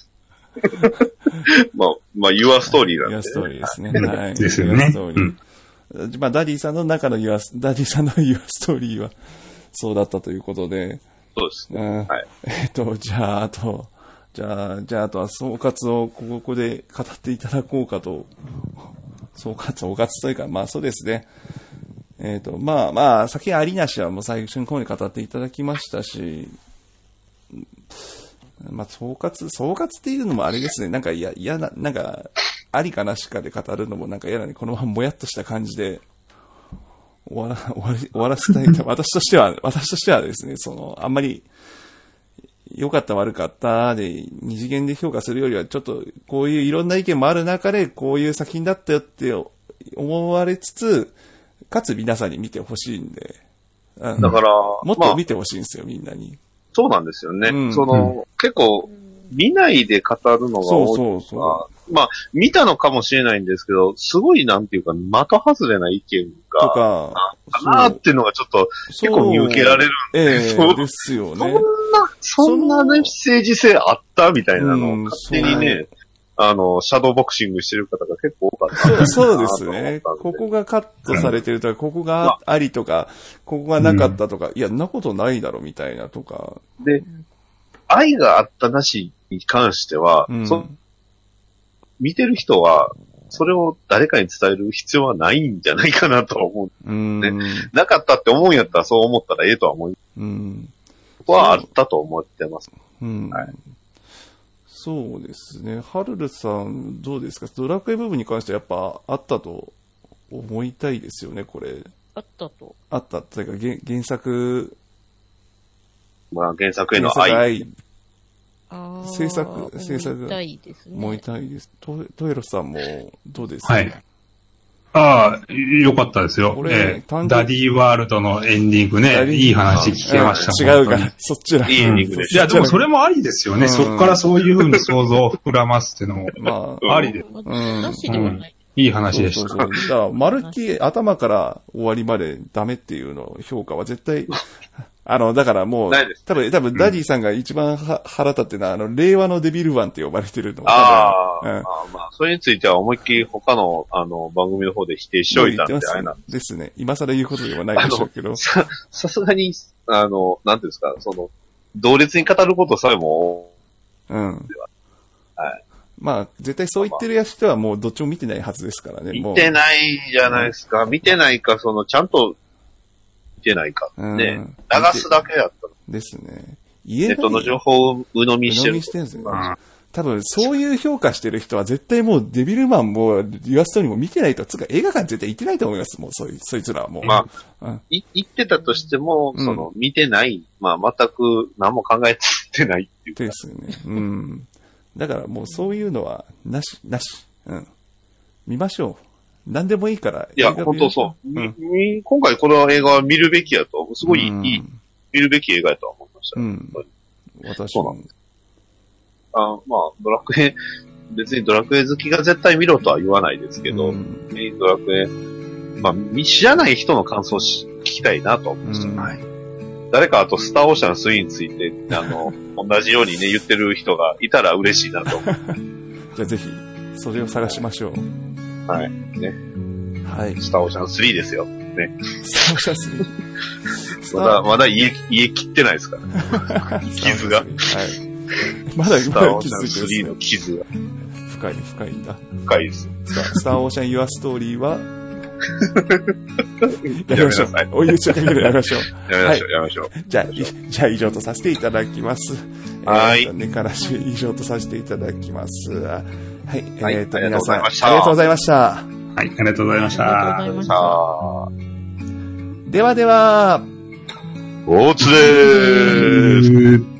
まあ、Your Story なんで、 ね。Your Story ですね。はい。 ですよね。 まあ、ダディさんの中のYour Story は、そうだったということで。 そうですね。はい。 じゃあ、あとは総括をここで語っていただこうかと。総括というか、まあそうですね。まあ、先ありなしはもう最初の方に語っていただきましたし、 まあ、総括っていうのもあれですね。なんか嫌な、なんか、ありかなしかで語るのもなんか嫌なね。このままもやっとした感じで終わらせたい。私としてはですね、あんまり、良かった悪かったで、二次元で評価するよりは、ちょっと、こういういろんな意見もある中で、こういう作品だったよって思われつつ、かつ皆さんに見てほしいんで。 だから、 もっと見てほしいんですよ、みんなに。 そうなんですよね。結構、見ないで語るのが多いから、まあ、見たのかもしれないんですけど、すごいなんていうか、的外れな意見が、かなーっていうのがちょっと、結構見受けられるんで。 そうですよね。 そんなね、政治性あったみたいなのを勝手にね、シャドーボクシングしてる方が結構多かった。 そうですね。ここがカットされてるとか、ここがありとか、ここがなかったとか、いや、なことないだろみたいなとか。 で、愛があったなしに関しては、見てる人は、それを誰かに伝える必要はないんじゃないかなと思う。なかったって思うんやったらそう思ったらええとは思う。ここはあったと思ってます。はい、 そうですね。ハルルさん、どうですか？ドラクエ部分に関してはやっぱあったと思いたいですよね、これ。 あったと。 あったというか、原作。 まあ、原作への愛。 制作。 もう痛いですね。 もう痛いです。トエロさんもどうですか？ はい。ああ、よかったですよ。ダディワールドのエンディングね、いい話聞けました。 違うから、そっちだ。 いいエンディングです。 いや、でもそれもありですよね。そっからそういう風に想像を膨らますっていうのも、まあ、ありで。 なしではない。 いい話でした。 だから、まるっきり頭から終わりまでダメっていうの評価は絶対、だからもう、多分ダディさんが一番腹立ってるのは、令和のデビルワンって呼ばれてるの。 まあ、それについては思いっきり他の、番組の方で否定しといたんで、あれなんですね。今更言うことではないでしょうけど。 さすがに、なんていうんですか、同列に語ることさえも、 はい。まあ、絶対そう言ってる人はもうどっちも見てないはずですからね。 見てないじゃないですか。見てないか、ちゃんと、見てないか。ね。流すだけだった。 ですね。 ネットの情報を鵜呑みしてる。 んですね。多分、そういう評価してる人は絶対もうデビルマンもユアストーリーも見てないと、つか映画館絶対行ってないと思います。もうそいつらはもう。 まあ、行ってたとしても、見てない、まあ、全く何も考えてないっていうか。 ですね。だからもうそういうのは、なし。見ましょう。何でもいいから。 いや、本当そう。今回この映画は見るべきやと、すごいいい、見るべき映画やとは思いました。 私も。 まあ、ドラクエ、別にドラクエ好きが絶対見ろとは言わないですけど、ドラクエ、まあ、知らない人の感想を聞きたいなと思いました。誰かあとスターオーシャン3について、同じようにね、言ってる人がいたら嬉しいなと思う。 じゃあぜひ、それを探しましょう。 はい。ね。 はい。 スターオーシャン3ですよ。ね。 スターオーシャン 3。まだ家切ってないですから。傷が。はい。 まだスターオーシャン3の傷が。 深いんだ。 深いです。 スターオーシャンユアストーリーはやめましょう。追い打ちをかけるのやめましょう。 やめましょう。 じゃあ以上とさせていただきます。 はい。 ねからし以上とさせていただきます。はい。 皆さん、ありがとうございました。 はい、ありがとうございました。 ではでは、 おつでーす。